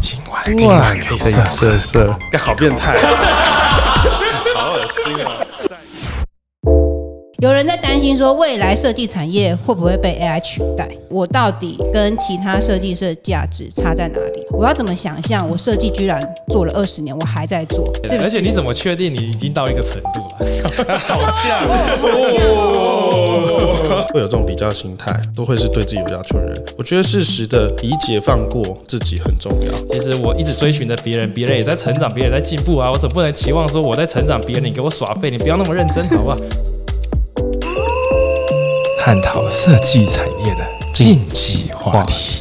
今晚可以色色，好变态，好恶心啊！ 有人在担心说，未来设计产业会不会被 AI 取代？我到底跟其他设计师的价值差在哪里？我要怎么想象我设计居然做了20年，我还在做？是不是？ 而且你怎么确定你已经到一个程度了？ 好像会有这种比较心态，都会是对自己有要求的人。我觉得适时的理解放过自己很重要。 其实我一直追寻着别人，别人也在成长，别人也在进步啊！我总不能期望说我在成长，别人你给我耍废，你不要那么认真，好不好？探讨设计产业的禁忌话题。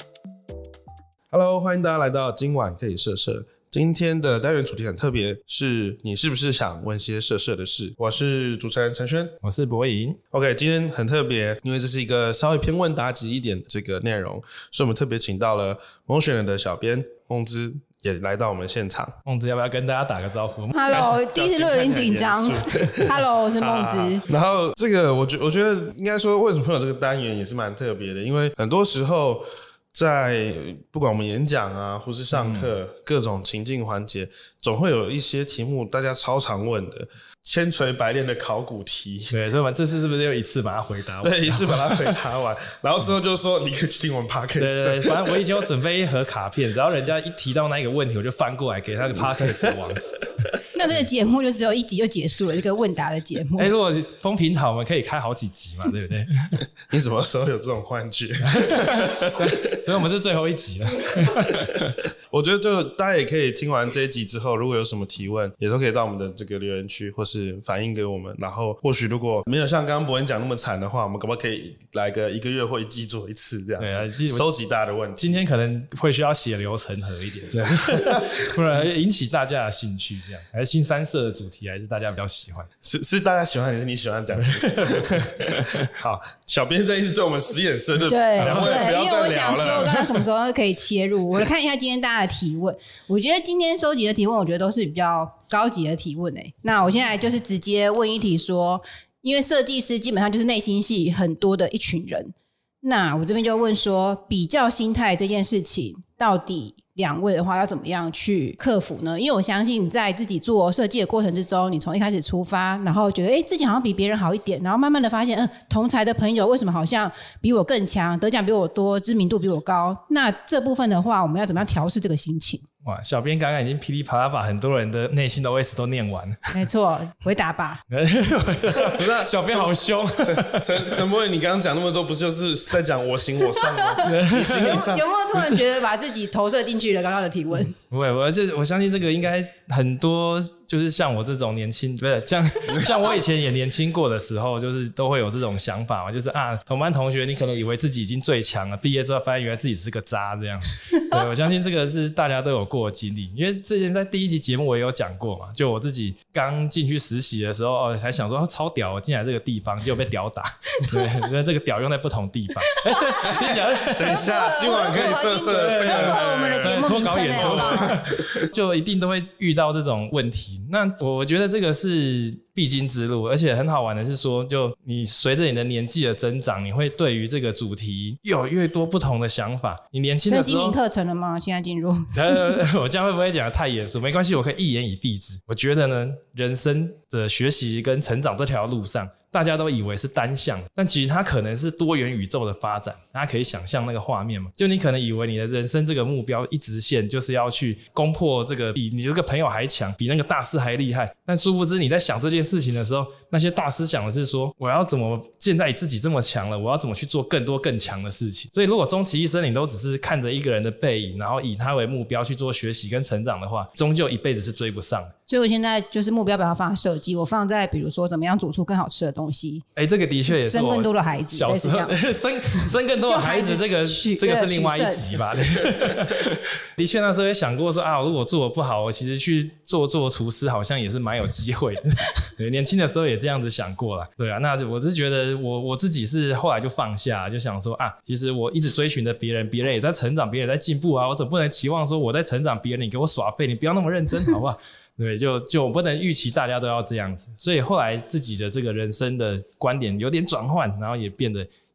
Hello， 欢迎大家来到今晚可以色色。今天的单元主题很特别，是你是不是想问些色色的事？我是主持人陈轩， 我是博颖。 OK， 今天很特别，因为这是一个稍微偏问答集一点的这个内容，所以我们特别请到了Motion的小编孟姿也来到我们现场。 孟姿要不要跟大家打个招呼 ？Hello， 第一次录有点紧张。Hello， 我是孟姿。 然后这个我觉得应该说，为什么会有这个单元也是蛮特别的，因为很多时候在不管我们演讲啊，或是上课，各种情境环节，总会有一些题目大家超常问的，千锤百炼的考古题。 对，所以我们这次是不是又一次把它回答完？ 对，一次把它回答完，然后之后就说你可以去听我们 podcast。 对对对，反正我以前有准备一盒卡片，只要人家一提到那个问题，我就翻过来给他个 podcast 的网址。 那这个节目就只有一集就结束了，这个问答的节目。 如果风评好，我们可以开好几集嘛，对不对？ 你什么时候有这种幻觉？ 所以我们是最后一集了。 我觉得就大家也可以听完这一集之后，如果有什么提问，也都可以到我们的这个留言区，或是反映给我们。然后或许如果没有像刚刚博文讲那么惨的话，我们可不可以来个1个月或1季做一次这样？对啊，收集大家的问题。 今天可能会需要血流成河一点，这样不然引起大家的兴趣，这样还是新三色的主题，还是大家比较喜欢？ 是大家喜欢，还是你喜欢讲？好，小编这一次对我们使眼色，就对， 不要再聊了。 因为我想说，我大概什么时候可以切入？我来看一下今天大家的提问。我觉得今天收集的提问，我觉得都是比较高级的提问那我现在就是直接问一题说，因为设计师基本上就是内心戏很多的一群人，那我这边就问说，比较心态这件事情到底两位的话要怎么样去克服呢？因为我相信你在自己做设计的过程之中，你从一开始出发，然后觉得自己好像比别人好一点，然后慢慢的发现同才的朋友为什么好像比我更强，得奖比我多，知名度比我高，那这部分的话我们要怎么样调试这个心情？ 哇，小编刚刚已经噼里啪啦把很多人的内心的 OS 都念完了。 没错，回答吧。 不是、 小编好凶。 陈博伟，你刚刚讲那么多，不就是在讲我行我上吗？你行你上。 有没有突然觉得把自己投射进去了刚刚的提问？ 不会，我相信这个应该很多，就是像我这种年轻，不是像我以前也年轻过的时候，就是都会有这种想法嘛，就是同班同学你可能以为自己已经最强了，毕业之后发现原来自己是个渣这样。对，我相信这个是大家都有过的经历，因为之前在第一集节目我也有讲过嘛，就我自己刚进去实习的时候，还想说超屌，我进来这个地方结果被屌打。对，因为这个屌用在不同地方。 等一下，今晚可以色色这个我们的节目脱稿演出，就一定都会遇到这种问题。那我觉得这个是必经之路，而且很好玩的是说，就你随着你的年纪的增长，你会对于这个主题越有越多不同的想法。你年轻的时候， 身心灵课程了吗？现在进入我这样会不会讲得太严肃？没关系，我可以一言以蔽之。我觉得呢，人生的学习跟成长这条路上，大家都以为是单向，但其实它可能是多元宇宙的发展。大家可以想象那个画面嘛，就你可能以为你的人生这个目标一直线就是要去攻破这个比你这个朋友还强，比那个大师还厉害，但殊不知你在想这件事情的时候，那些大师想的是说，我要怎么现在自己这么强了，我要怎么去做更多更强的事情。所以如果终其一生你都只是看着一个人的背影，然后以他为目标去做学习跟成长的话，终究一辈子是追不上的。 所以我现在就是目标不要放在设计，我放在比如说怎么样煮出更好吃的东西。 这个的确也是生更多的孩子， 小时候生更多的孩子，这个是另外一集吧。的确那时候也想过说如果做得不好，我其实去做厨师好像也是蛮有机会的。对，年轻的时候也这样子想过啦。对啊，那我是觉得我自己是后来就放下，就想说其实我一直追寻着别人，别人也在成长，别人也在进步我总不能期望说我在成长，别人你给我耍废，你不要那么认真好不好？对，就我不能预期大家都要这样子，所以后来自己的这个人生的观点有点转换，然后也变得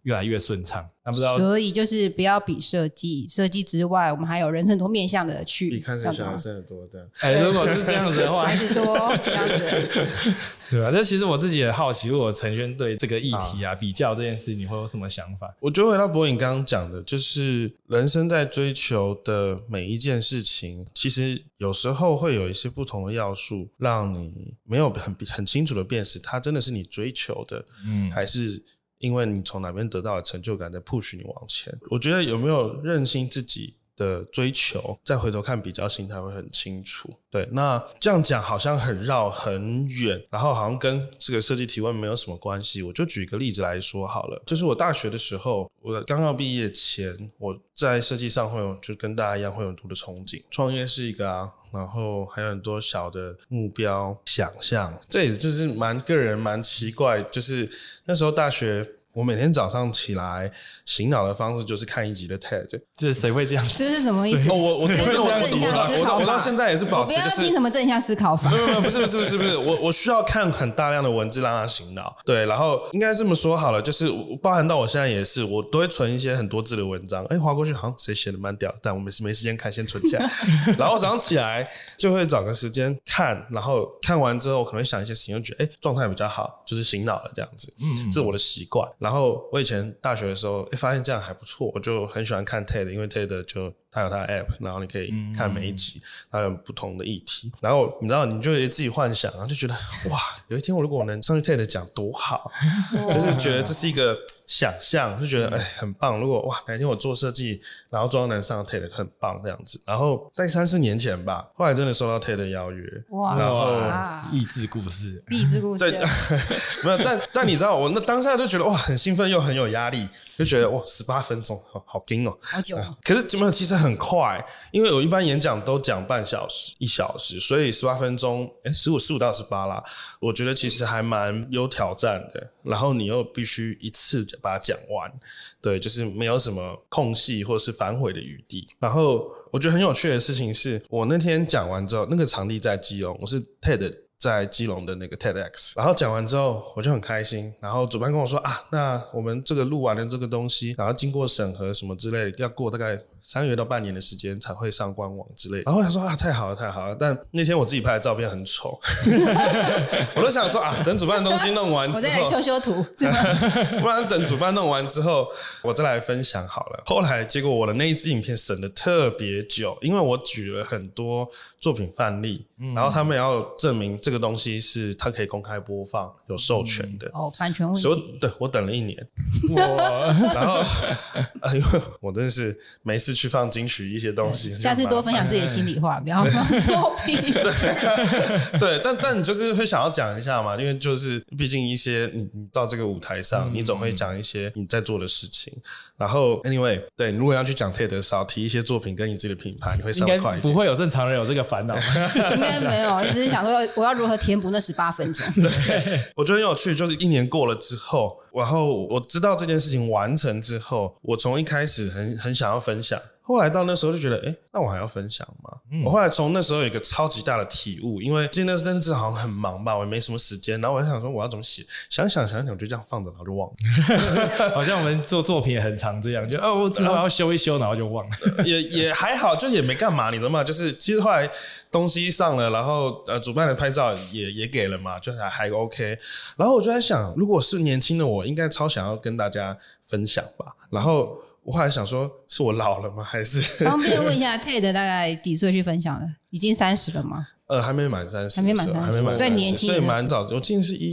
越来越顺畅。那不知道， 所以就是不要比设计之外，我们还有人生很多面向的去比看谁想的生得多的。 如果是这样子的话， 还是多这样子， 对吧？这其实我自己也好奇，如果承轩对这个议题比较这件事，你会有什么想法？ 我觉得回到博颖刚刚讲的，就是人生在追求的每一件事情，其实有时候会有一些不同的要素，让你没有很清楚的辨识，它真的是你追求的，还是因为你从哪边得到的成就感在 push 你往前。我觉得有没有认清自己的追求，再回头看比较心态会很清楚。对，那这样讲好像很绕很远，然后好像跟这个设计提问没有什么关系。我就举一个例子来说好了，就是我大学的时候，我刚要毕业前，我在设计上会有就跟大家一样会有很多的憧憬，创业是一个然后还有很多小的目标想象，这也就是蛮个人蛮奇怪，就是那时候大学我每天早上起来醒脑的方式就是看一集的 TED。 这谁会这样子？ 这是什么意思？ 我到现在也是保持， 我不要听什么正向思考法。 不是，我需要看很大量的文字让它醒脑。对，然后应该这么说好了，就是包含到我现在也是，我都会存一些很多字的文章，滑过去好像谁写的蛮屌，但我没时间看，先存起来。然后早上起来就会找个时间看，然后看完之后可能会想一些事情，就觉得状态比较好，就是醒脑了这样子。这是我的习惯。然后我以前大学的时候发现这样还不错，我就很喜欢看 TED， 因为 TED 就它有它的 app， 然后你可以看每一集，它有不同的议题，然后你知道你就自己幻想，就觉得哇，有一天如果我能上去 TED 讲多好，就是觉得这是一个想象，就觉得很棒。如果哪天我做设计，然后终于能上 TED 很棒这样子。然后在3-4年前吧，后来真的收到 TED 的邀约，然后励志故事， 对，没有，但你知道我那当下就觉得哇，很兴奋又很有压力，就觉得哇18分钟好拼哦， 好久可是其实很快，因为我一般演讲都讲半小时1小时，所以18分钟15到18啦，我觉得其实还蛮有挑战的。然后你又必须一次把它讲完，对，就是没有什么空隙或是反悔的余地。然后我觉得很有趣的事情是，我那天讲完之后，那个场地在基隆，我是 TED 在基隆的那个 TEDx， 然后讲完之后我就很开心，然后主办跟我说那我们这个录完的这个东西，然后经过审核什么之类的，要过大概3个月到半年的时间才会上官网之类的。然后我想说太好了，但那天我自己拍的照片很丑，我都想说等主办的东西弄完之后， 我再来修图， 不然等主办弄完之后，我再来分享好了。后来结果我的那一支影片审的特别久，因为我举了很多作品范例，然后他们要证明这个东西是它可以公开播放、有授权的。 版权问题。 所以对我等了1年，然后因为我真的是没事去放金曲一些东西， 下次多分享自己的心里话，不要放作品。 对，但你就是会想要讲一下嘛，因为就是毕竟一些你到这个舞台上，你总会讲一些你在做的事情。然后 anyway， 对，如果要去讲 TED， 少提一些作品跟你自己的品牌，你会上快一点。 应该不会有正常人有这个烦恼。 应该没有，只是想说我要如何填补那18分钟。 我觉得很有趣，就是1年过了之后，然后我知道这件事情完成之后，我从一开始很想要分享，后来到那时候就觉得那我还要分享吗？我后来从那时候有一个超级大的体悟，因为今天那阵好像很忙吧，我也没什么时间，然后我就想说我要怎么写，想想我就这样放着，然后就忘了。 好像我们做作品也很常这样，就我之后要修一修，然后就忘了。 也还好，就也没干嘛，你知道吗？就是其实后来东西上了，然后主办的拍照也给了嘛，就还 OK。然后我就在想，如果是年轻的我，应该超想要跟大家分享吧。然后我后来想说，是我老了吗？还是方便问一下 TED 大概几岁去分享的？已经30了吗？ 还没满30， 还没满30，在年轻， 所以蛮早。我记得是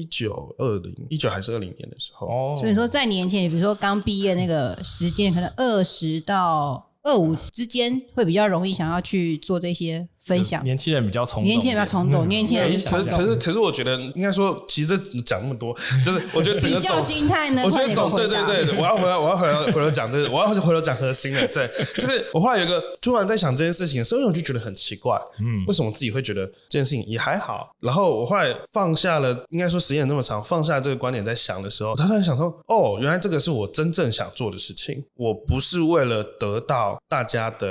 19还是20年的时候。 所以说在年前，比如说刚毕业那个时间，可能20到25之间，会比较容易想要去做这些分享。 年轻人比较冲动， 年轻人可是我觉得应该说，其实这讲那么多，就是我觉得整个比较心态呢， 我觉得对，我要回来讲这个，我要回头讲核心了。对，就是我后来有一个突然在想这件事情的时候，我就觉得很奇怪，为什么自己会觉得这件事情也还好？然后我后来放下了，应该说时间那么长，放下这个观点在想的时候，他突然想说，原来这个是我真正想做的事情，我不是为了得到大家的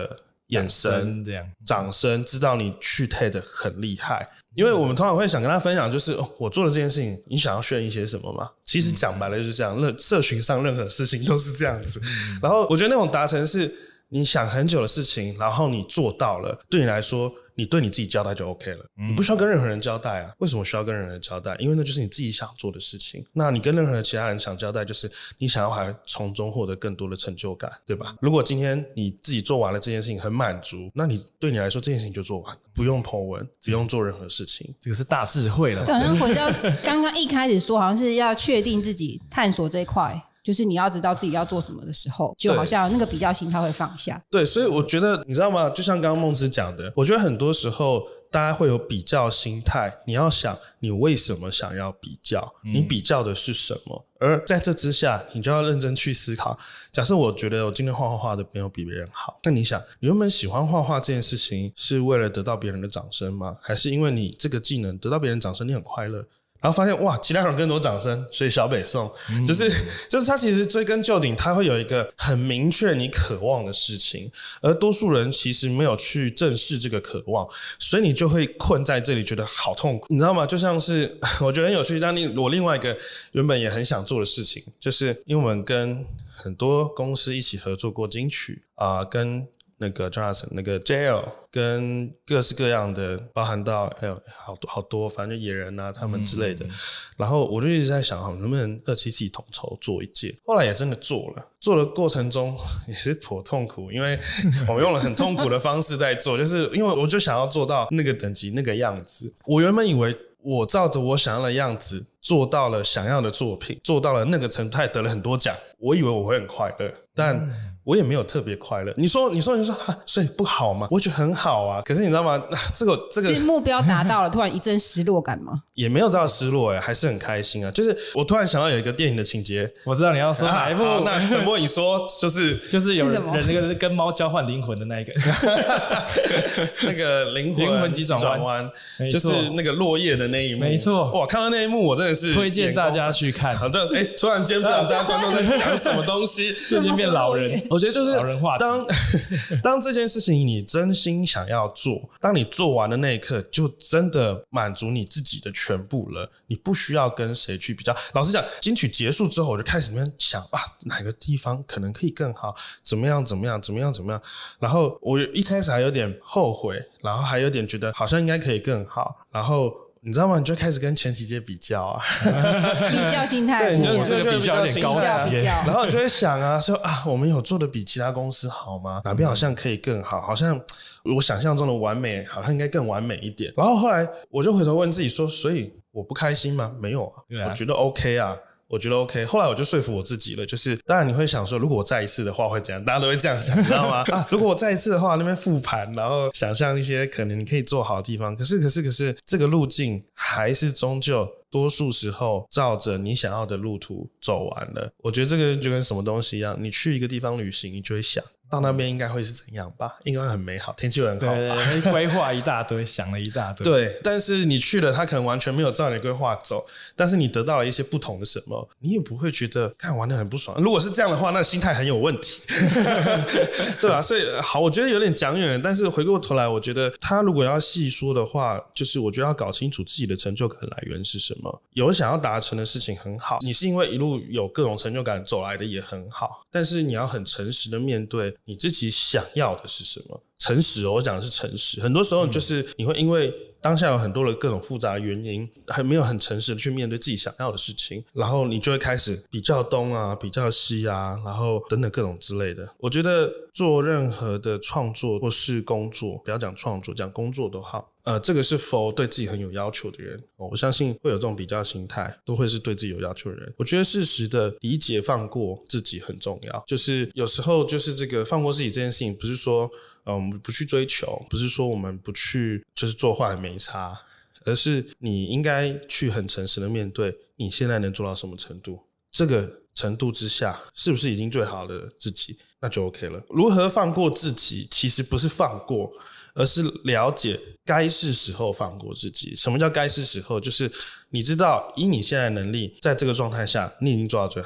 眼神这样掌声，知道你去 TED 很厉害。因为我们通常会想跟他分享，就是我做了这件事情，你想要炫一些什么吗？其实讲白了就是这样，社群上任何事情都是这样子。然后我觉得那种达成是你想很久的事情，然后你做到了，对你来说你对你自己交代就 OK 了，你不需要跟任何人交代啊。为什么需要跟任何人交代？因为那就是你自己想做的事情。那你跟任何其他人想交代，就是你想要还从中获得更多的成就感，对吧？如果今天你自己做完了这件事情很满足，那你对你来说这件事情就做完了，不用 po 文，不用做任何事情。 这个是大智慧了。 这好像回到刚刚一开始说，好像是要确定自己探索这一块，就是你要知道自己要做什么的时候，就好像那个比较心态会放下。 对，所以我觉得你知道吗？就像刚刚孟姿讲的，我觉得很多时候大家会有比较心态，你要想你为什么想要比较，你比较的是什么，而在这之下你就要认真去思考。假设我觉得我今天画的没有比别人好，那你想你原本喜欢画画这件事情是为了得到别人的掌声吗？还是因为你这个技能得到别人掌声你很快乐，然后发现哇，其他人更多掌声，所以小北宋就是他其实追根究底，他会有一个很明确你渴望的事情，而多数人其实没有去正视这个渴望，所以你就会困在这里，觉得好痛苦，你知道吗？就像是我觉得很有趣，我另外一个原本也很想做的事情，就是因为我们跟很多公司一起合作过金曲跟那个 Jonathan 那个 JL 跟各式各样的，包含到还有好多反正野人啊他们之类的，然后我就一直在想能不能277统筹做一届，后来也真的做了，做的过程中也是颇痛苦，因为我们用了很痛苦的方式在做，就是因为我就想要做到那个等级那个样子。我原本以为我照着我想要的样子做到了想要的作品，做到了那个程度，他也得了很多奖，我以为我会很快乐，但我也没有特别快乐。你说所以不好吗？我觉得很好啊，可是你知道吗？这个是目标达到了，突然一阵失落感吗？ 也没有到失落还是很开心啊。就是我突然想到有一个电影的情节， 我知道你要说哪一部。 那陈柏宇说就是有人那个跟猫交换灵魂的那一个， 那个灵魂急转弯，就是那个落叶的那一幕。 没错， 哇，看到那一幕我真的是推荐大家去看。 好的，突然间不知道大家观众在讲什么东西， 瞬间变老人。 我觉得就是老人话题。 当这件事情你真心想要做，当你做完的那一刻，就真的满足你自己的全部了。你不需要跟谁去比较。老实讲，金曲结束之后，我就开始在那边想哪个地方可能可以更好，怎么样。然后我一开始还有点后悔，然后还有点觉得好像应该可以更好，然后你知道吗？你就开始跟前几届比较啊， 比较心态， 对，你就比较有点高级， 然后你就会想说我们有做的比其他公司好吗？哪边好像可以更好？好像我想象中的完美，好像应该更完美一点。然后后来我就回头问自己说，所以我不开心吗？没有啊，我觉得 OK 啊。我觉得 OK， 后来我就说服我自己了，就是当然你会想说，如果我再一次的话会怎样？大家都会这样想，你知道吗？如果我再一次的话，那边复盘，然后想象一些可能你可以做好的地方，可是这个路径还是终究多数时候照着你想要的路途走完了。我觉得这个就跟什么东西一样，你去一个地方旅行，你就会想到那边应该会是怎样吧，应该很美好，天气会很好吧， 对，规划一大堆，想了一大堆。 对，但是你去了，他可能完全没有照你的规划走，但是你得到了一些不同的什么，你也不会觉得看玩得很不爽。如果是这样的话，那心态很有问题。对啊，所以好，我觉得有点讲远了，但是回过头来，我觉得他如果要细说的话，就是我觉得要搞清楚自己的成就感来源是什么。有想要达成的事情很好，你是因为一路有各种成就感走来的也很好，但是你要很诚实的面对你自己想要的是什么。诚实我讲的是诚实，很多时候就是你会因为当下有很多的各种复杂的原因，还没有很诚实的去面对自己想要的事情，然后你就会开始比较东啊，比较西啊，然后等等各种之类的。我觉得做任何的创作或是工作，不要讲创作，讲工作都好，这个是否对自己很有要求的人，我相信会有这种比较心态，都会是对自己有要求的人。我觉得适时的理解放过自己很重要，就是有时候就是这个放过自己这件事情，不是说我们不去追求，不是说我们不去就是做坏没差，而是你应该去很诚实的面对你现在能做到什么程度，这个程度之下是不是已经最好的自己，那就 OK 了。如何放过自己，其实不是放过，而是了解该是时候放过自己。什么叫该是时候？就是你知道以你现在的能力，在这个状态下你已经做到最好了，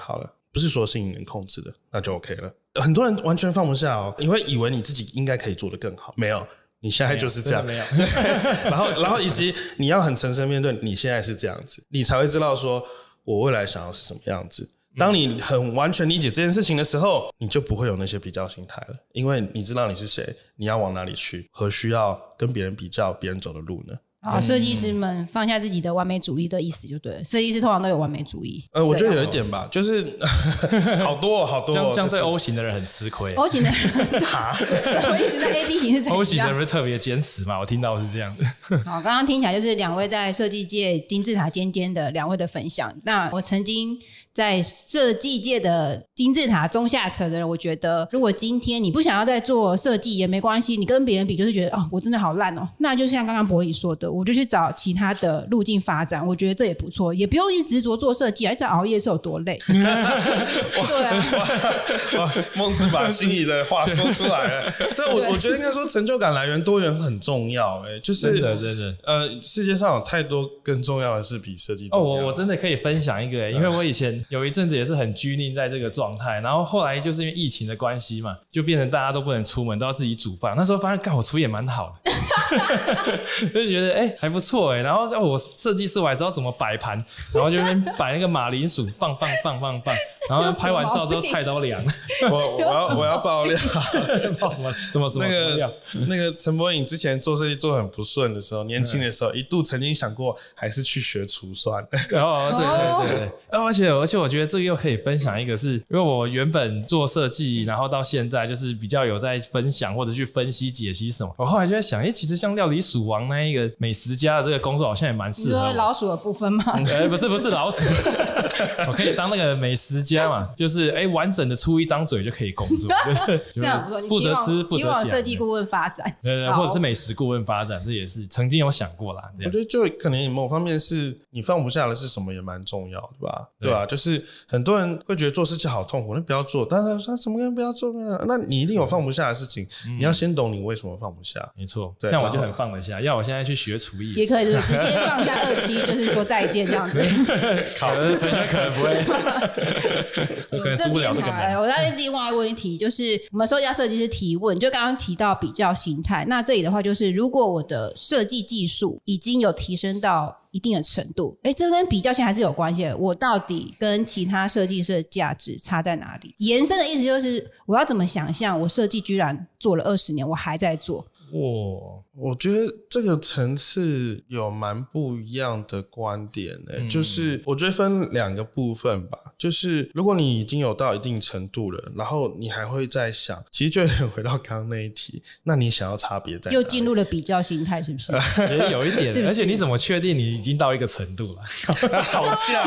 不是所有事情你能控制的，那就 OK 了。很多人完全放不下哦，你会以为你自己应该可以做得更好，没有，你现在就是这样， 没有然后以及你要很诚实面对你现在是这样子，你才会知道说我未来想要是什么样子。当你很完全理解这件事情的时候，你就不会有那些比较心态了，因为你知道你是谁，你要往哪里去，何须要跟别人比较别人走的路呢？ 设计师们放下自己的完美主义的意思就对了。设计师通常都有完美主义。 我觉得有一点吧，就是好多这样对 O 型的人很吃亏。 O 型的人什么意思？那 AB 型是怎样 ？O 型的人不是特别坚持嘛？我听到是这样的。 好，刚刚听起来就是两位在设计界金字塔尖尖的两位的分享。那我曾经在设计界的金字塔中下层的人，我觉得如果今天你不想要再做设计也没关系，你跟别人比就是觉得我真的好烂哦，那就像刚刚博宇说的，我就去找其他的路径发展，我觉得这也不错，也不用一直执着做设计，而且熬夜是有多累。对哇，孟子把心里的话说出来了。对，我觉得应该说成就感来源多元很重要，就是真的世界上有太多更重要的事比设计重要。 我真的可以分享一个，因为我以前有一阵子也是很拘泥在这个状态，然后后来就是因为疫情的关系嘛，就变成大家都不能出门，都要自己煮饭。那时候发现我厨艺也蛮好的，就觉得还不错然后我设计师我还知道怎么摆盘，然后就那边摆那个马铃薯放，然后拍完照之后菜都凉。 我要爆料， 爆什么那个陈柏颖之前做设计做得很不顺的时候，年轻的时候一度曾经想过还是去学厨算。 对，而且我觉得这个又可以分享一个是，因为我原本做设计，然后到现在就是比较有在分享或者去分析解析什么。我后来就在想，其实像料理鼠王那一个美食家的这个工作好像也蛮适合我。 你说老鼠的部分吗？ 不是老鼠，我可以当那个美食家嘛，就是完整的出一张嘴就可以工作， 这样不错。 负责吃，负责讲， 设计顾问发展， 或者是美食顾问发展，这也是曾经有想过啦。 我觉得就可能某方面是你放不下的是什么也蛮重要的吧，对吧？就是很多人会觉得做设计好痛苦，那不要做。但是他怎么跟不要做呢？那你一定有放不下的事情，你要先懂你为什么放不下。 没错，像我就很放得下，要我现在去学厨艺也可以，就是直接放下27，就是说再见这样子。 好的，陈轩可能不会，我可能出不了这个门。 我再另外问一题，就是我们设计师提问，就刚刚提到比较心态，那这里的话就是，如果我的设计技术已经有提升到一定的程度，这跟比较性还是有关系的。我到底跟其他设计师的价值差在哪里？延伸的意思就是，我要怎么想象我设计居然做了20年，我还在做？ 我觉得这个层次有蛮不一样的观点就是我觉得分2个部分吧，就是如果你已经有到一定程度了，然后你还会再想，其实就回到刚刚那一题，那你想要差别在哪里？ 又进入了比较心态，是不是？ 也有一点，是不是？而且你怎么确定你已经到一个程度了？ 好像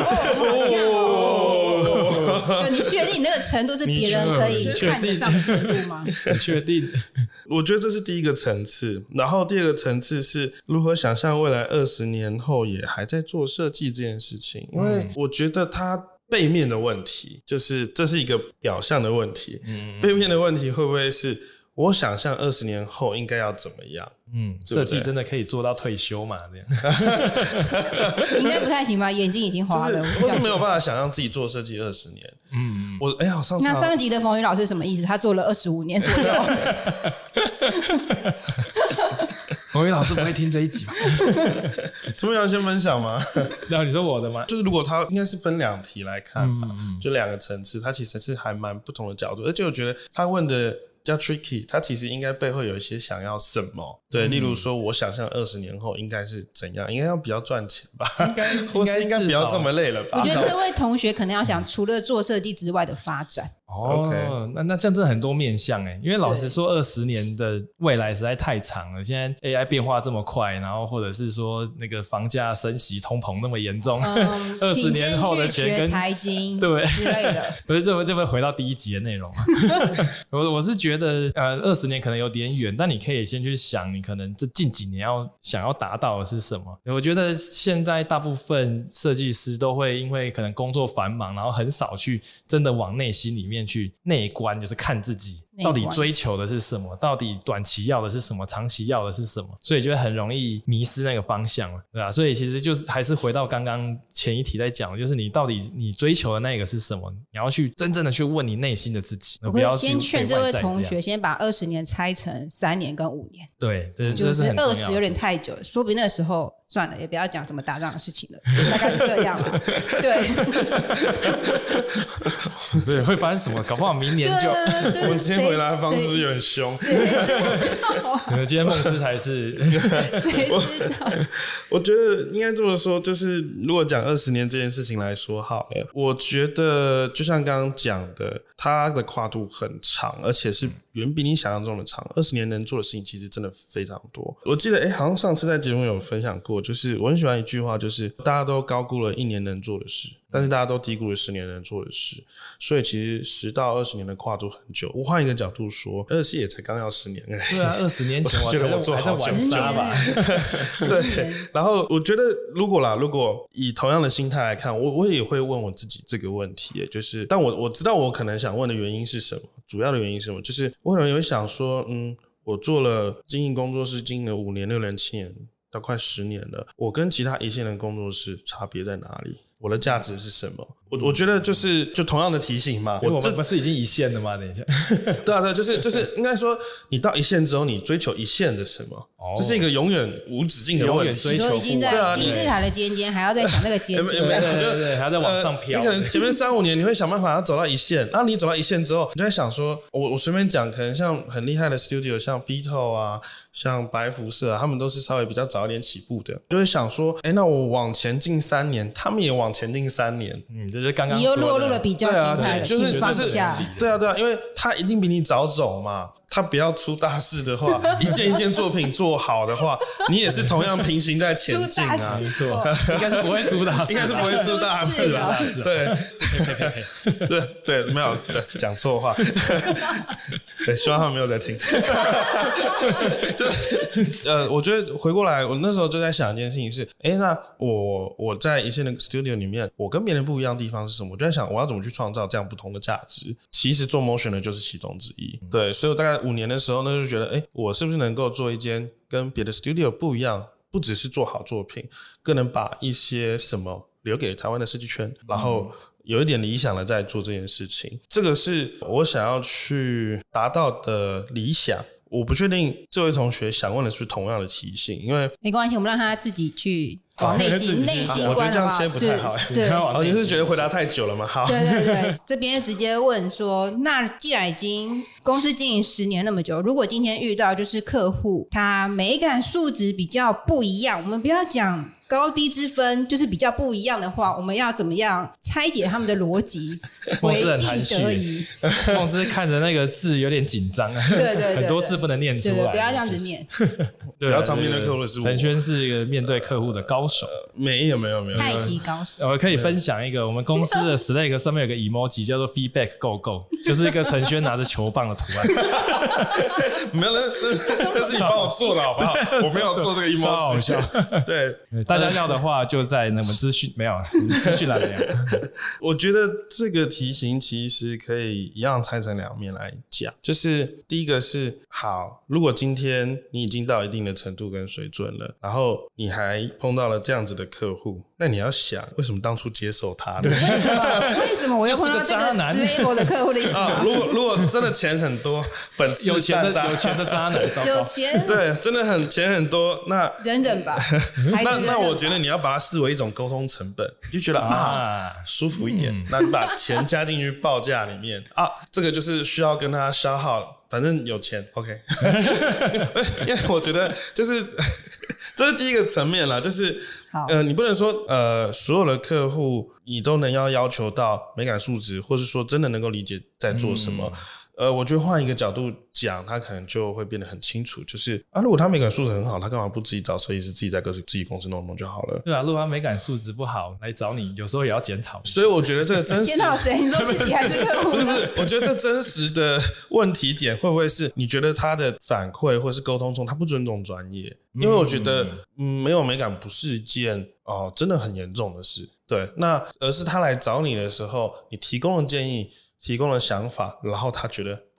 就你确定你那个程度是别人可以看得上的程度吗？ 你确定？ 我觉得这是第一个层次，然后第二个层次是如何想象未来20年后也还在做设计这件事情，因为我觉得它背面的问题就是这是一个表象的问题，背面的问题会不会是我想象20年后应该要怎么样？ 设计真的可以做到退休嘛？这样应该不太行吧？眼睛已经花了， 我是没有办法想象自己做设计20年。我上一集的冯宇老师什么意思？他做了25年左右。 冯宇老师不会听这一集吧？ 怎么样先分享吗？ 然后你说我的吗？ 就是如果他应该是分2题来看吧，就2个层次，它其实是还蛮不同的角度，而且我觉得他问的比较 tricky， 他其实应该背后有一些想要什么，对，例如说我想象20年后应该是怎样，应该要比较赚钱吧，或是应该不要这么累了吧。 我觉得这位同学可能要想除了做设计之外的发展。 那这样真的很多面向因为老实说20年的未来实在太长了，现在 AI 变化这么快，然后或者是说那个房价升息通膨那么严重，20年后的钱跟财经对之类的， 不是这会回到第1集的内容我是觉得20年可能有点远，但你可以先去想你可能这近几年想要达到的是什么。我觉得现在大部分设计师都会因为可能工作繁忙，然后很少去真的往内心里面去内观，就是看自己到底追求的是什么，到底短期要的是什么，长期要的是什么，所以就会很容易迷失那个方向了，对吧？所以其实就是还是回到刚刚前一题在讲，就是你到底你追求的那个是什么，你要去真正的去问你内心的自己， 我不要会先劝这位同学学， 先把20年拆成3年跟5年， 对， 就是很重要的 20有点太久了，说不定那个时候算了，也不要讲什么打仗的事情了，大概是这样啦。对， 对，会发生什么？搞不好明年就我们今天回来的方式有点凶。 今天梦思才是谁知道？ 我觉得应该这么说，就是如果讲20年这件事情来说好了，我觉得就像刚刚讲的，它的跨度很长，而且是远比你想象中的长。20年能做的事情其实真的非常多。我记得好像上次在节目有分享过，就是我很喜欢一句话，就是大家都高估了1年能做的事，但是大家都低估了10年能做的事。所以其实10到20年的跨度很久。我换一个角度说，24也才刚要10年而已。 对啊，20年前我觉得我做还在玩沙吧。 对，然后我觉得如果以同样的心态来看，我也会问我自己这个问题，就是但我知道我可能想问的原因是什么，主要的原因是什么，就是我可能也会想说，我做了经营工作室，经营了5年、6年、7年到快10年了，我跟其他一线的工作室差别在哪里？我的价值是什么？我觉得就同样的提醒嘛， 我们不是已经一线了吗？等一下， 对啊，就是应该说，你到一线之后，你追求一线的什么？这是一个永远无止境的问题。 你都已经在金字塔的尖尖，还要再想那个尖尖， 对，还要再往上飘。 你可能前面3-5年你会想办法要走到一线，然后你走到一线之后，你就在想说，我随便讲，可能像很厉害的 studio， 像 Beatle 啊，像白辐射啊，他们都是稍微比较早一点起步的，就会想说，那我往前进3年，他们也往前进3年， 这就是刚刚你又落入了比较心态了， 就是放下。 对啊，因为他一定比你早走嘛，他不要出大事的话，一件一件作品做好的话，你也是同样平行在前进啊， 没错，应该是不会出大事， 应该是不会出大事啊，对，没有讲错话，对，希望他们没有在听。我觉得回过来，我那时候就在想一件事情是，那我在一线的 studio 里面，我跟别人不一样的地方是什么？我就在想，我要怎么去创造这样不同的价值？其实做 motion 的就是其中之一。对，所以我大概5年的时候呢，就觉得，我是不是能够做一间跟别的 studio 不一样，不只是做好作品，更能把一些什么留给台湾的设计圈，然后有一点理想的在做这件事情。这个是我想要去达到的理想。我不确定这位同学想问的是不是同样的提醒，因为没关系，我们让他自己去往内心我觉得这样切不太好。 对， 你是觉得回答太久了吗？好， 对，这边直接问说，那既然已经公司经营10年那么久，如果今天遇到就是客户他美感素质比较不一样，我们不要讲高低之分，就是比较不一样的话，我们要怎么样拆解他们的逻辑？ 梦之很含蓄，梦之看着那个字有点紧张， 对， 很多字不能念出来， 对，不要这样子念。 不要常面对客户的是我。 陈轩是一个面对客户的高手， 没有， 太极高手。 我可以分享一个我们公司的 Slack 上面有个 emoji 叫做 feedback go go， 就是一个陈轩拿着球棒的图案。 没有，那是你帮我做的好不好？我没有做这个 emoji， 超好笑。对，大家要的话就在那么资讯没有资讯栏里面。 我觉得这个题型其实可以一样拆成2面来讲，就是第一个是好，如果今天你已经到一定的程度跟水准了，然后你还碰到了这样子的客户，那你要想为什么当初接受他的？ 为什么我又碰到这个 label 的客户的意思啊？ 如果真的钱很多，本事有钱的渣男， 有钱对，真的钱很多，那忍吧。 那我觉得你要把它视为一种沟通成本，就觉得舒服一点，那你把钱加进去报价里面这个就是需要跟他消耗。反正有钱 ，OK， 因为我觉得就是这是第一个层面啦，就是你不能说所有的客户你都能要求到美感素质，或是说真的能够理解在做什么。我觉得换一个角度讲，他可能就会变得很清楚，就是如果他美感素质很好，他干嘛不自己找设计师，自己在自己公司弄就好了？ 对啊，如果他美感素质不好来找你，有时候也要检讨。 所以我觉得这个真实检讨谁？你说自己还是客户？ 不是，我觉得这真实的问题点会不会是你觉得他的反馈或是沟通中他不尊重专业？因为我觉得没有美感不是一件真的很严重的事，对，那而是他来找你的时候，你提供了建议，提供了想法，然后他觉得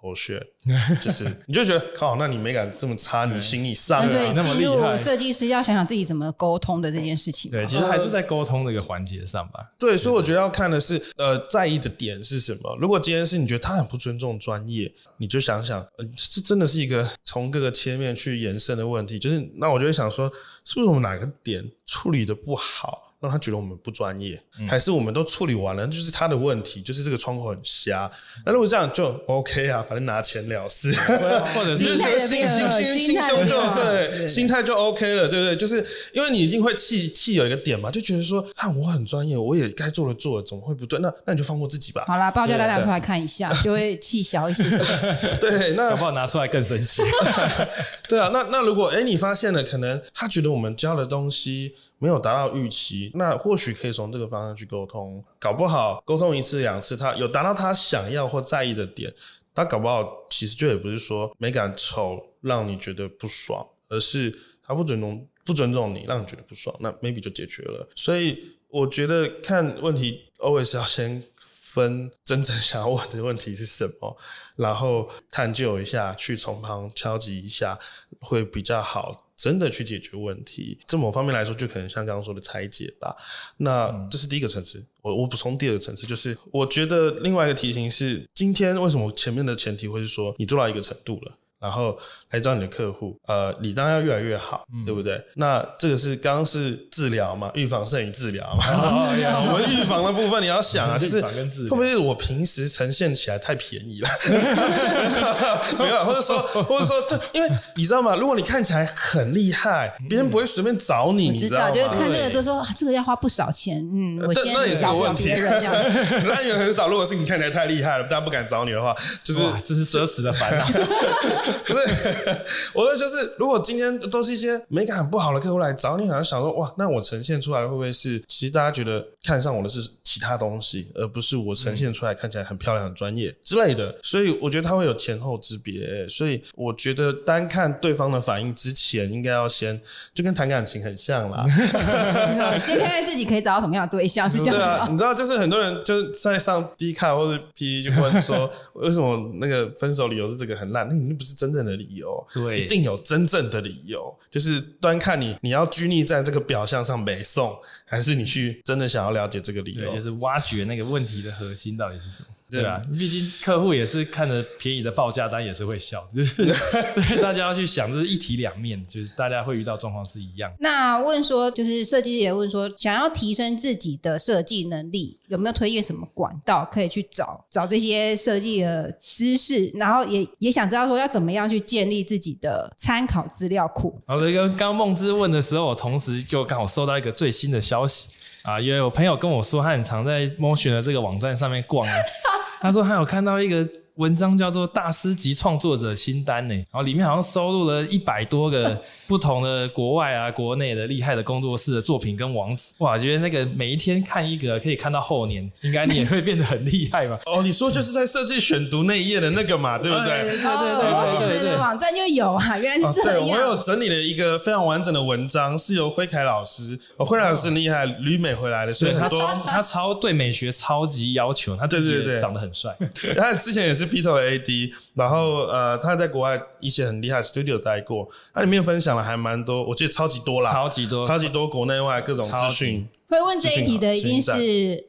bullshit， 就是你就觉得靠，那你美感这么差，你心理上所以那么进入厉害设计师要想想自己怎么沟通的这件事情。 对，其实还是在沟通的一个环节上吧。 对，所以我觉得要看的是在意的点是什么。如果今天是你觉得他很不尊重专业，你就想想这真的是一个从各个切面去延伸的问题。就是那我就会想说，是不是我们哪个点处理的不好，让他觉得我们不专业，还是我们都处理完了，就是他的问题，就是这个窗口很瞎。那如果这样就 OK 啊，反正拿钱了事， 或者是心态的变化， 心胸就对， 心态就 OK 了，对不对？就是因为你一定会气有一个点嘛，就觉得说，我很专业，我也该做的做了，怎么会不对？那你就放过自己吧。 好啦，报价单拿出来看一下，就会气消一些。 对，那搞不好拿出来更生气。 对啊，那如果你发现了，可能他觉得我们教的东西没有达到预期，那或许可以从这个方向去沟通，搞不好沟通1次2次，他有达到他想要或在意的点，他搞不好其实就也不是说美感丑让你觉得不爽，而是他不尊重你，让你觉得不爽，那 maybe 就解决了。所以我觉得看问题 always 要先分真正想要问的问题是什么，然后探究一下，去从旁敲击一下，会比较好，真的去解决问题。这某方面来说，就可能像刚刚说的拆解吧。那这是第一个层次。我补充第二个层次，就是我觉得另外一个题型是，今天为什么前面的前提会是说你做到一个程度了，然后来找你的客户，你当然要越来越好，对不对？那这个是刚刚是治疗嘛，预防胜于治疗嘛。我们预防的部分你要想啊，就是会不会是我平时呈现起来太便宜了？没有，或者说，因为你知道吗？如果你看起来很厉害，别人不会随便找你，你知道吗？ 就是看这个就说这个要花不少钱，我先找不了别人这样。 那人很少，如果是你看起来太厉害了，大家不敢找你的话，就是这是奢侈的烦恼。 不是，我说就是，如果今天都是一些美感很不好的客户来找你，好像想说，哇，那我呈现出来会不会是，其实大家觉得看上我的是其他东西，而不是我呈现出来看起来很漂亮、很专业之类的。所以我觉得它会有前后之别。所以我觉得单看对方的反应之前，应该要先就跟谈感情很像啦。 先看看自己可以找到什么样的对象，是这样的吗？ 对啊，你知道，就是很多人就是在上 Dcard 或者 PTT 就问说，为什么那个分手理由是这个很烂？那不是真正的理由， 对， 一定有真正的理由。就是端看你要拘泥在这个表象上北宋，还是你去真的想要了解这个理由， 就是挖掘那个问题的核心到底是什么。对啊，毕竟客户也是看着便宜的报价单也是会笑，就是大家要去想，这是一体两面，就是大家会遇到状况是一样。 那问说，就是设计师也问说，想要提升自己的设计能力，有没有推荐什么管道可以去找这些设计的知识？然后也想知道说要怎么样去建立自己的参考资料库。 好的，刚刚梦之问的时候，我同时就刚好收到一个最新的消息啊，因为我朋友跟我说，他很常在 Motion 的这个网站上面逛他说他有看到一个文章叫做大师级创作者清单然后里面好像收录了100多个不同的国外啊国内的厉害的工作室的作品跟网址。哇，觉得那个每一天看一个可以看到后年，应该你也会变得很厉害吧？ 你说就是在设计选读那一页的那个嘛，对不对？ 对，网站就有啊，原来是这样。 对，我有整理了一个非常完整的文章，是由辉凯老师，辉凯老师很厉害，旅美回来的，所以很多他对美学超级要求，他自己也长得很帅。 他之前也是P头的 AD， 然后他在国外一些很厉害的 studio 待过，他里面分享了还蛮多，我记得超级多啦，超级多国内外各种资讯。 会问这一题的一定是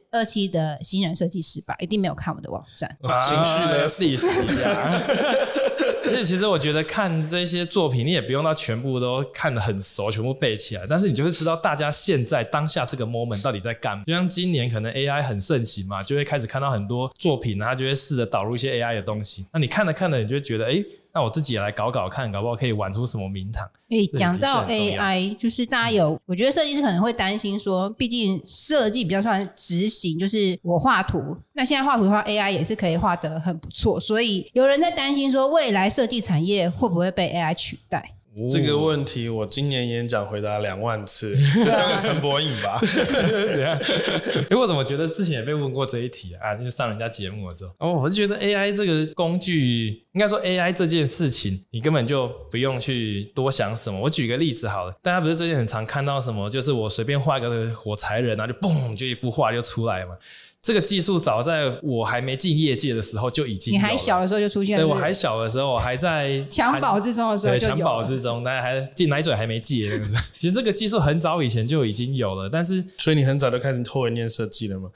27的新人设计师吧，一定没有看我们的网站。 情绪勒索一下。而且其实我觉得看这些作品，你也不用到全部都看得很熟，全部背起来，但是你就是知道大家现在当下这个 moment 到底在干嘛。就像今年可能 AI 很盛行嘛，就会开始看到很多作品，他就会试着导入一些 AI 的东西。那你看着看着，你就会觉得，那我自己也来搞搞看，搞不好可以玩出什么名堂。 讲到 AI， 就是大家我觉得设计师可能会担心说，毕竟设计比较算执行，就是我画图，那现在画图的话 AI 也是可以画得很不错，所以有人在担心说未来设计产业会不会被 AI 取代。 这个问题我今年演讲回答2万次，就交给陈柏颖吧。 怎样？我怎么觉得之前也被问过这一题啊？就是上人家节目的时候，我就觉得 AI 这个工具，应该说 AI 这件事情，你根本就不用去多想什么。我举个例子好了，大家不是最近很常看到什么，就是我随便画个火柴人就嘣，就一幅画就出来了嘛。 这个技术早在我还没进业界的时候就已经有了。 你还小的时候就出现了。 对，我还小的时候，我还在襁褓之中的时候就有了。 襁褓之中，但还进奶嘴还没戒。其实这个技术很早以前就已经有了，但是所以你很早就开始偷人念设计了吗？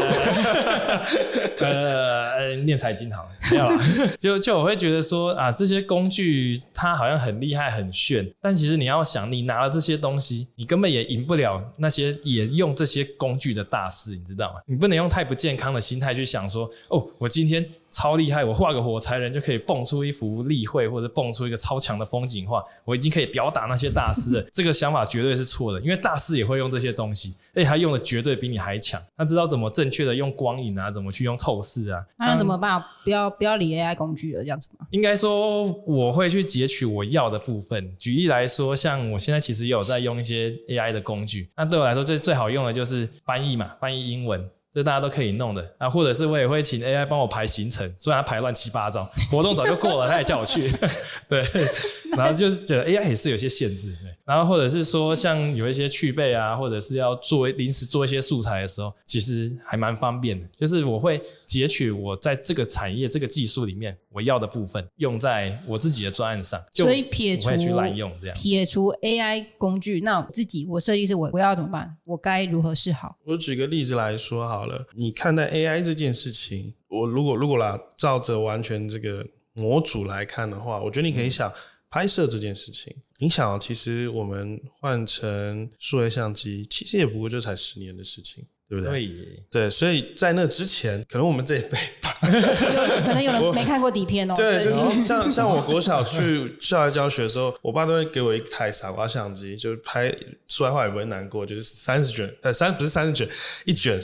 念财经好了，没有啦。就我会觉得说啊，这些工具它好像很厉害很炫，但其实你要想，你拿了这些东西，你根本也赢不了那些也用这些工具的大师，你知道吗？你不能用太不健康的心态去想说，哦，我今天超厉害，我画个火柴人就可以蹦出一幅例会，或者蹦出一个超强的风景画，我已经可以吊打那些大师了。这个想法绝对是错的，因为大师也会用这些东西，而且他用的绝对比你还强。他知道怎么正确的用光影啊，怎么去用透视啊。 那怎么办？不要理 AI 工具了，这样子吗？ 应该说我会去截取我要的部分。举例来说，像我现在其实也有在用一些 AI 的工具，那对我来说最好用的就是翻译嘛，翻译英文。这大家都可以弄的啊，或者是我也会请 AI 帮我排行程，虽然他排乱七八糟，活动早就过了，他也叫我去，对，然后就是觉得 AI 也是有些限制，对，然后或者是说像有一些去背啊，或者是要临时做一些素材的时候，其实还蛮方便的，就是我会截取我在这个产业这个技术里面我要的部分，用在我自己的专案上， 所以撇除不会去滥用这样。 撇除 AI 工具，那我设计师我要怎么办？我该如何是好？ 我举个例子来说好了。你看待 AI 这件事情，我如果啦，照着完全这个模组来看的话，我觉得你可以想拍摄这件事情。你想，其实我们换成数位相机，其实也不过就才10年的事情，对不对？对，所以在那之前，可能我们这一辈吧， 可能有人没看过底片哦。 对，就是像我国小去校外教学的时候，我爸都会给我一台傻瓜相机，就是拍出来画也不会难过，就是30卷，不是30卷，一卷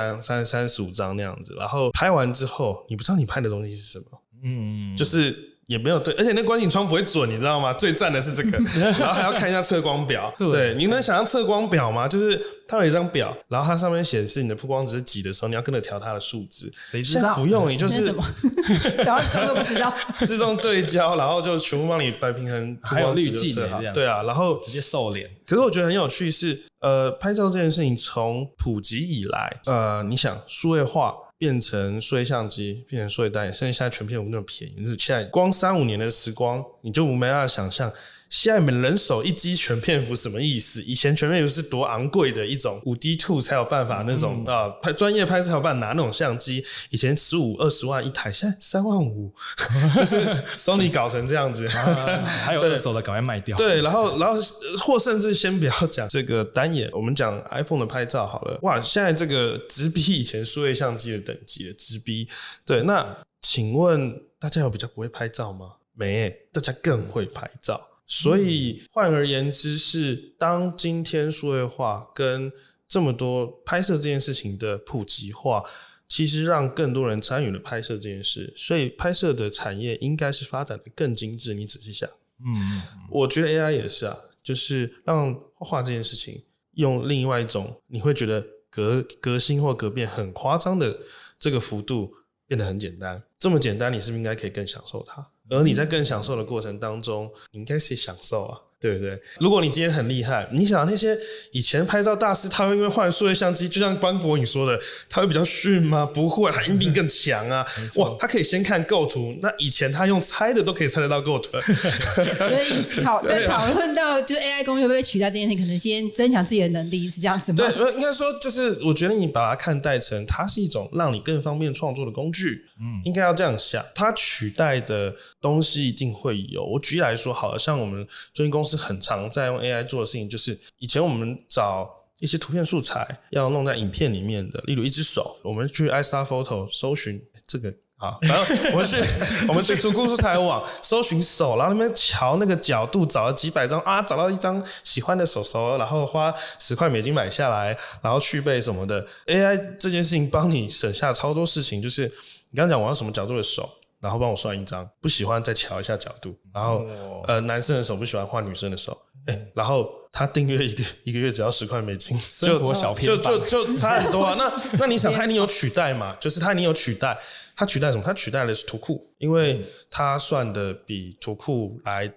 35张那样子。然后拍完之后，你不知道你拍的东西是什么，就是也没有对，而且那观景窗不会准，你知道吗？最赞的是这个，然后还要看一下测光表。对，你能想象测光表吗？就是它有一张表，然后它上面显示你的曝光值几的时候，你要跟着调它的数值。 谁知道？ 不用，你就是什么，早上都不知道， 自动对焦，然后就全部帮你摆平衡， 还有滤镜这样。 对啊，然后直接瘦脸。 可是我觉得很有趣是，拍照这件事情从普及以来，你想数位化。变成数位相机，变成数位单眼，甚至现在全片有那么便宜，就是现在光3-5年的时光，你就没办法想象现在人手一机全片幅什么意思？以前全片幅是多昂贵的一种5D2 才有办法那种专业拍摄才有办法拿那种相机，以前15-20万一台，现在3万5，就是 Sony 搞成这样子， 还有二手的赶快卖掉。 对，然后或甚至先不要讲这个单眼，我们讲 iPhone 的拍照好了，哇，现在这个直逼以前数位相机的等级了，直逼。对，那请问大家有比较不会拍照吗？没，大家更会拍照。所以换而言之是，当今天数位化跟这么多拍摄这件事情的普及化，其实让更多人参与了拍摄这件事，所以拍摄的产业应该是发展的更精致。你仔细想，我觉得 AI 也是啊，就是让画画这件事情用另外一种你会觉得革新或革变很夸张的这个幅度变得很简单，这么简单，你是不是应该可以更享受它？而你在更享受的过程当中，你应该是享受啊，对不对？如果你今天很厉害，你想那些以前拍照大师，他会因为换数位相机，就像班博你说的，他会比较逊吗？不会，他音频更强啊！哇，他可以先看构图，那以前他用猜的都可以猜得到构图。 所以讨论到就是 AI 工具会不会取代这件事情，可能先增强自己的能力，是这样子吗？ 对，应该说就是我觉得你把它看待成它是一种让你更方便创作的工具，应该要这样想。它取代的东西一定会有。我举例来说，好了，像我们最近公司很常在用 AI 做的事情，就是以前我们找一些图片素材要弄在影片里面的，例如一只手，我们去 iStar Photo 搜寻这个。好，然后我们去图库素材网搜寻手，然后那边瞧那个角度，找了几百张啊，找到一张喜欢的手，然后花$10买下来，然后去背什么的。AI 这件事情帮你省下超多事情，就是你刚刚讲我要什么角度的手，然后帮我算一张，不喜欢再瞧一下角度，然后男生的手不喜欢换女生的手，然后他订阅一个月只要$10， 生活小偏方就差很多啊。那你想，他一定有取代嘛？就是他一定有取代。他取代什么？他取代的是图库，因为他算的比图库来的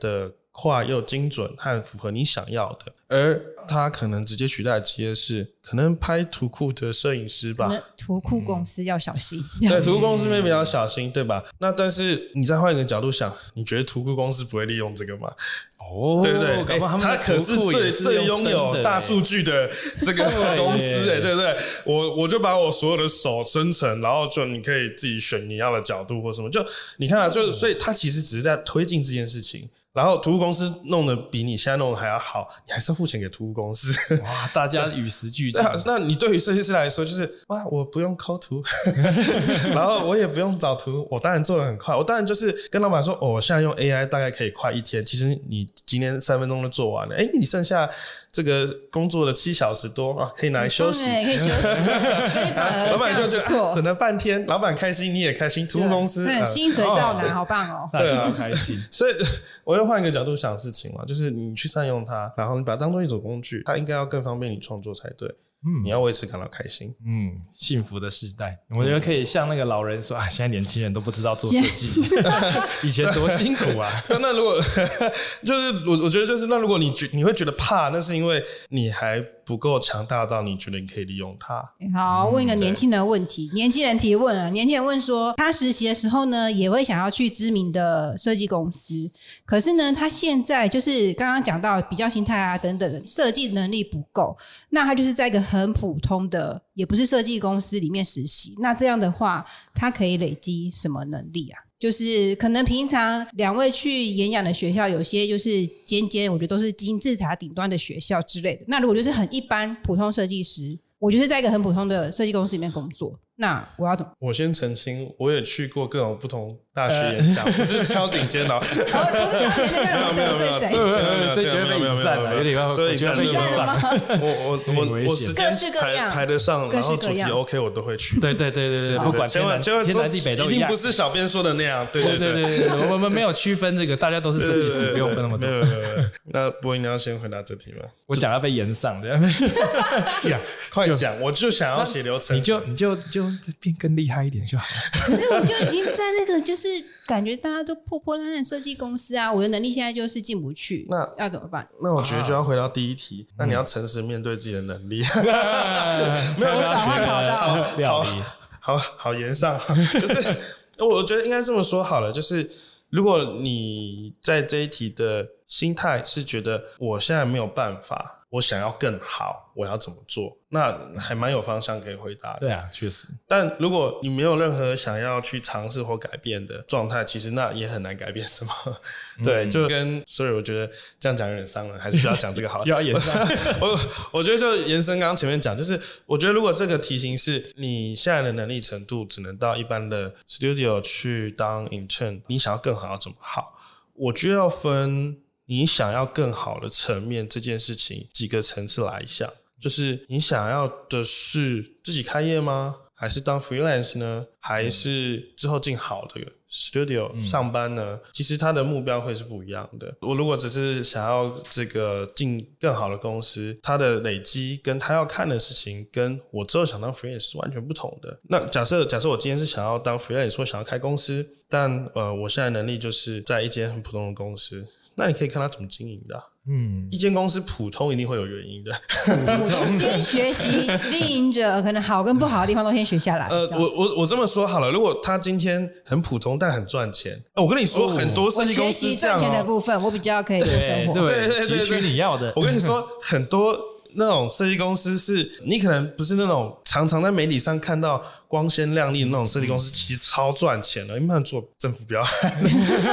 快又精准和符合你想要的，而它可能直接取代的职业是可能拍图库的摄影师吧。 图库公司要小心， 对，图库公司maybe要小心，对吧？那但是你再换一个角度想，你觉得图库公司不会利用这个吗？对不对？他可是最拥有大数据的这个公司，对不对？我就把我所有的手生成，然后就你可以自己选你要的角度或什么，就你看啊，就所以他其实只是在推进这件事情。然后图库公司弄得比你现在弄的还要好，你还是要付钱给图库公司。 哇，大家与时俱进。 那你对于设计师来说，就是哇，我不用抠图，然后我也不用找图，我当然做得很快。我当然就是跟老板说，我现在用 AI 大概可以快1天，其实你今天3分钟就做完了，你剩下这个工作的7小时多啊，可以拿来休息， 可以休息。所以反而老板就觉得省了半天，老板开心，你也开心，图库公司薪水照拿，好棒哦。 对啊，开心。 所以我就换一个角度想事情嘛，就是你去善用它，然后你把它当做一种工具，它应该要更方便你创作才对。你要为此感到开心。 幸福的时代，我觉得可以像那个老人说啊，现在年轻人都不知道做设计，以前多辛苦啊。 那如果就是我觉得就是那如果你会觉得怕，那是因为你还不够强大到你觉得你可以利用它。 好，问一个年轻人的问题，年轻人提问啊，年轻人问说，他实习的时候呢，也会想要去知名的设计公司，可是呢，他现在就是刚刚讲到比较心态啊等等的设计能力不够，那他就是在一个很普通的也不是设计公司里面实习，那这样的话他可以累积什么能力啊？就是可能平常2位去演讲的学校，有些就是尖我觉得都是金字塔顶端的学校之类的，那如果就是很一般普通设计师，我就是在一个很普通的设计公司里面工作，那我要怎么？ 我先澄清，我也去过各种不同大学演讲，不是超顶尖的。 不是超顶尖的， 没有， 这绝对被引战了，有点要这绝对被引战了。 我时间排得上，然后主题 OK 我都会去。 对，不管天南地北都一样， 一定不是小编说的那样。对， 我们没有区分这个，大家都是设计师，不用分那么多。 那博颖，你要先回答这题吗？ 我讲要被延上的， 快讲，我就想要写流程， 你就变更厉害一点就好了。 可是我就已经在那个就是感觉大家都破破烂烂设计公司啊，我的能力现在就是进不去，那要怎么办？ 那我觉得就要回到第一题，那你要诚实面对自己的能力。 没有转换跑道，好言上，就是我觉得应该这么说好了，就是如果你在这一题的心态是觉得我现在没有办法，我想要更好，我要怎么做？那还蛮有方向可以回答的。 对啊，确实。 但如果你没有任何想要去尝试或改变的状态，其实那也很难改变什么。对，就跟所以我觉得这样讲有点伤人，还是不要讲这个好。 又要延伸。 我觉得就延伸刚刚前面讲，就是我觉得如果这个题型是你现在的能力程度只能到一般的 studio 去当 intern， 你想要更好要怎么好？我觉得要分你想要更好的层面这件事情几个层次来想，就是你想要的是自己开业吗？还是当 freelance 呢？还是之后进好的 studio 上班呢？其实他的目标会是不一样的。我如果只是想要这个进更好的公司，他的累积跟他要看的事情跟我之后想当 freelance 是完全不同的。那假设我今天是想要当 freelance 或想要开公司，但我现在能力就是在一间很普通的公司，那你可以看他怎么经营的一间公司普通一定会有原因的。 先学习经营者可能好跟不好的地方都先学下来。 我这么说好了，如果他今天很普通但很赚钱，我跟你说很多设计公司这样我学习赚钱的部分，我比较可以过生活。 对，汲取你要的。 我跟你说很多那种设计公司是你可能不是那种常常在媒体上看到光鲜亮丽的那种设计公司，其实超赚钱的，因为他们做政府标案。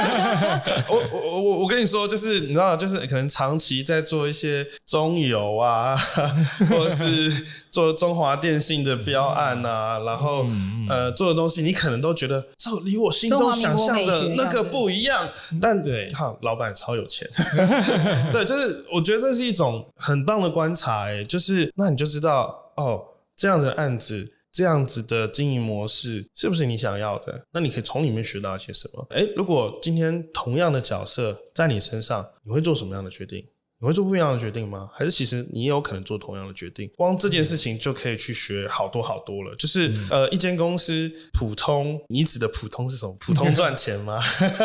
我跟你说，就是你知道，就是可能长期在做一些中油啊，或者是做中华电信的标案啊，然后做的东西，你可能都觉得这离我心中想象的那个不一样，但对，老板超有钱。对，就是我觉得这是一种很棒的观察，就是那你就知道这样的案子。这样子的经营模式是不是你想要的？那你可以从里面学到一些什么？如果今天同样的角色在你身上，你会做什么样的决定？ 你会做不一样的决定吗？还是其实你也有可能做同样的决定？光这件事情就可以去学好多好多了。就是一间公司普通，你指的普通是什么？普通赚钱吗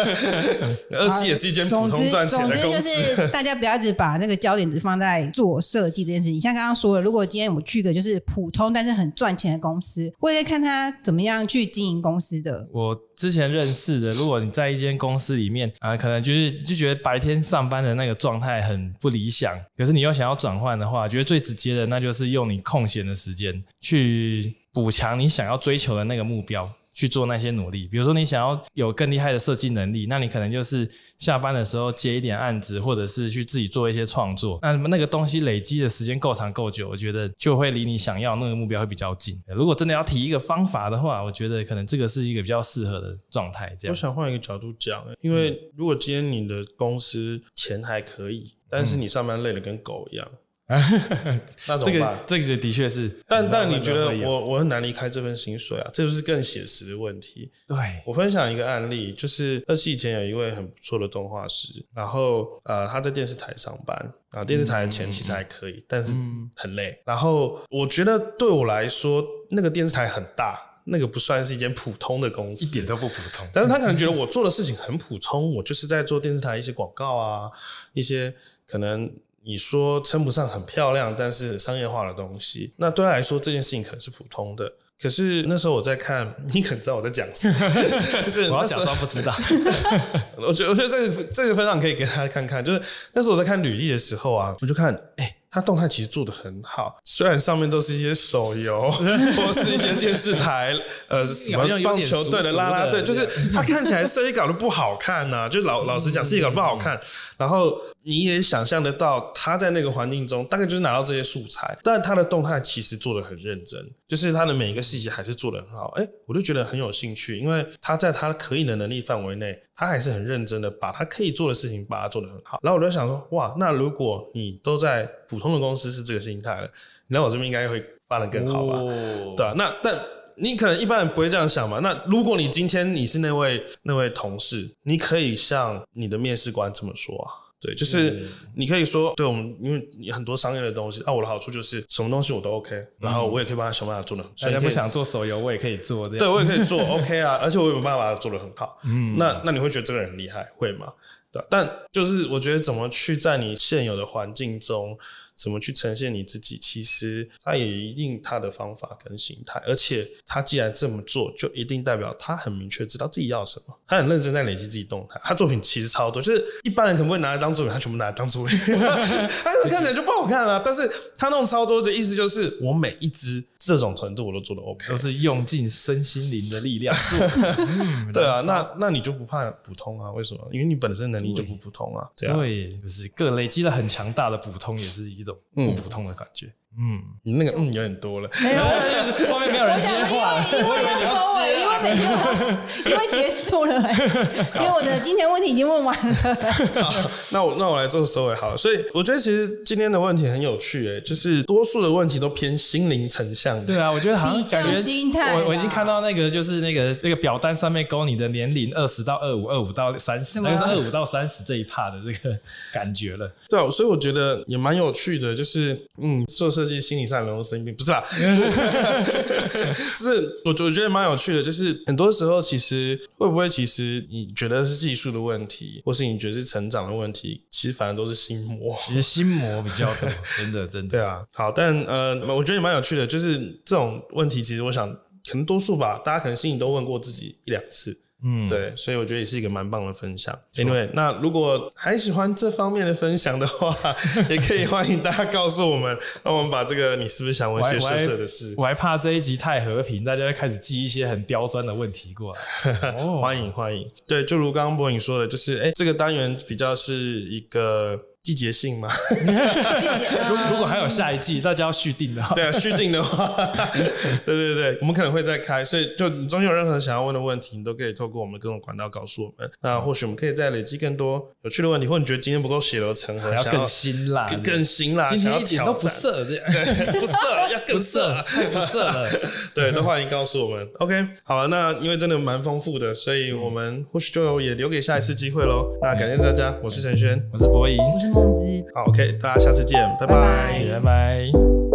？27也是一间普通赚钱的公司。 总之就是大家不要只把那个焦点只放在做设计这件事情。像刚刚说了，如果今天我去一个就是普通但是很赚钱的公司，我也可以看他怎么样去经营公司的。 我之前认识的，如果你在一间公司里面可能就觉得白天上班的那个状态很不理想，可是你又想要转换的话，觉得最直接的那就是用你空闲的时间去补强你想要追求的那个目标，去做那些努力。比如说你想要有更厉害的设计能力，那你可能就是下班的时候接一点案子，或者是去自己做一些创作。那个东西累积的时间够长够久，我觉得就会离你想要那个目标会比较近。如果真的要提一个方法的话，我觉得可能这个是一个比较适合的状态。这样， 我想换一个角度讲，因为如果今天你的公司钱还可以，但是你上班累得跟狗一样。那怎么办？ 这个的确是， 但你觉得我很难离开这份薪水啊？这就是更写实的问题。 对， 我分享一个案例，就是27以前有一位很不错的动画师，然后他在电视台上班，电视台的钱其实还可以，但是很累。然后我觉得对我来说，那个电视台很大，那个不算是一间普通的公司， 一点都不普通。 但是他可能觉得我做的事情很普通，我就是在做电视台一些广告啊，一些可能你说称不上很漂亮但是商业化的东西，那对他来说这件事情可能是普通的。可是那时候我在看，你可能知道我在讲什么，就是我要假装不知道。 我觉得这个分享可以给大家看看，就是那时候我在看履历的时候啊，我就看他动态其实做得很好，虽然上面都是一些手游或是一些电视台什么棒球队的啦啦队，就是他看起来设计搞得不好看啊，就老实讲设计搞得不好看，然后你也想象得到他在那个环境中大概就是拿到这些素材，但他的动态其实做得很认真，就是他的每一个细节还是做得很好。我就觉得很有兴趣，因为他在他可以的能力范围内，他还是很认真的把他可以做的事情把它做得很好。然后我就想说，哇，那如果你都在普通的公司是这个心态了，那我这边应该会发得更好吧？对啊，但你可能一般人不会这样想嘛。那如果你今天你是那位同事，你可以向你的面试官这么说啊。对，就是你可以说，对我们，因为很多商业的东西我的好处就是什么东西我都 OK， 然后我也可以帮他想办法做得很好。 大家不想做手游，我也可以做。 对，我也可以做 OK 啊，而且我有办法做得很好。那你会觉得这个人很厉害，会吗？对，但就是我觉得怎么去在你现有的环境中怎么去呈现你自己，其实他也一定他的方法跟形态，而且他既然这么做，就一定代表他很明确知道自己要什么，他很认真在累积自己动态，他作品其实超多，就是一般人可能不会拿来当作品，他全部拿来当作品他看起来就不好看啊，但是他弄超多的意思就是我每一支这种程度我都做得 OK， 都是用尽身心灵的力量做对啊，那你就不怕普通啊？为什么？因为你本身能力就不普通啊。 对，就是个累积了很强大的普通，也是一种不普通的感觉。 你那个有点多了， 没有， 后面没有人接话了， 因为要收尾，因为结束了，因为我的今天问题已经问完了。 好，那我来做收尾好了。所以我觉得其实今天的问题很有趣，就是多数的问题都偏心灵成像。 对啊，我觉得好像感觉心态我已经看到那个就是那个表单上面勾你的年龄20到25，25到30，大概是25到30这一趴的这个感觉了。 对啊，所以我觉得也蛮有趣的，就是做设计心理上容易生病，不是啦，就是我觉得蛮有趣的，就是很多时候其实会不会其实你觉得是技术的问题，或是你觉得是成长的问题，其实反而都是心魔， 其实心魔比较多，真的。 对啊，好，但我觉得也蛮有趣的，就是这种问题，其实我想可能多数吧，大家可能心里都问过自己1-2次。对，所以我觉得也是一个蛮棒的分享。Anyway， 那如果还喜欢这方面的分享的话，也可以欢迎大家告诉我们，让我们把这个你是不是想问些色色的事？ 我还怕这一集太和平，大家会开始寄一些很刁钻的问题过来。 欢迎。对，就如刚刚博颖说的，就是这个单元比较是一个季节性嘛如果还有下一季，大家要续订的话， 对啊，续订的话对，我们可能会再开，所以就你中间有任何想要问的问题，你都可以透过我们各种管道告诉我们，那或许我们可以再累积更多有趣的问题，或者你觉得今天不够血流成河， 要更辛辣， 更辛辣， 今天一点都不色，这样对，不色，要更色， 太不色了。 对，都欢迎告诉我们。OK， 好了，那因为真的蛮丰富的，所以我们或许就也留给下一次机会咯。那感谢大家，我是陈轩， 我是博仪， 我是梦姿， 好 ，OK， 大家下次见，拜拜拜拜拜。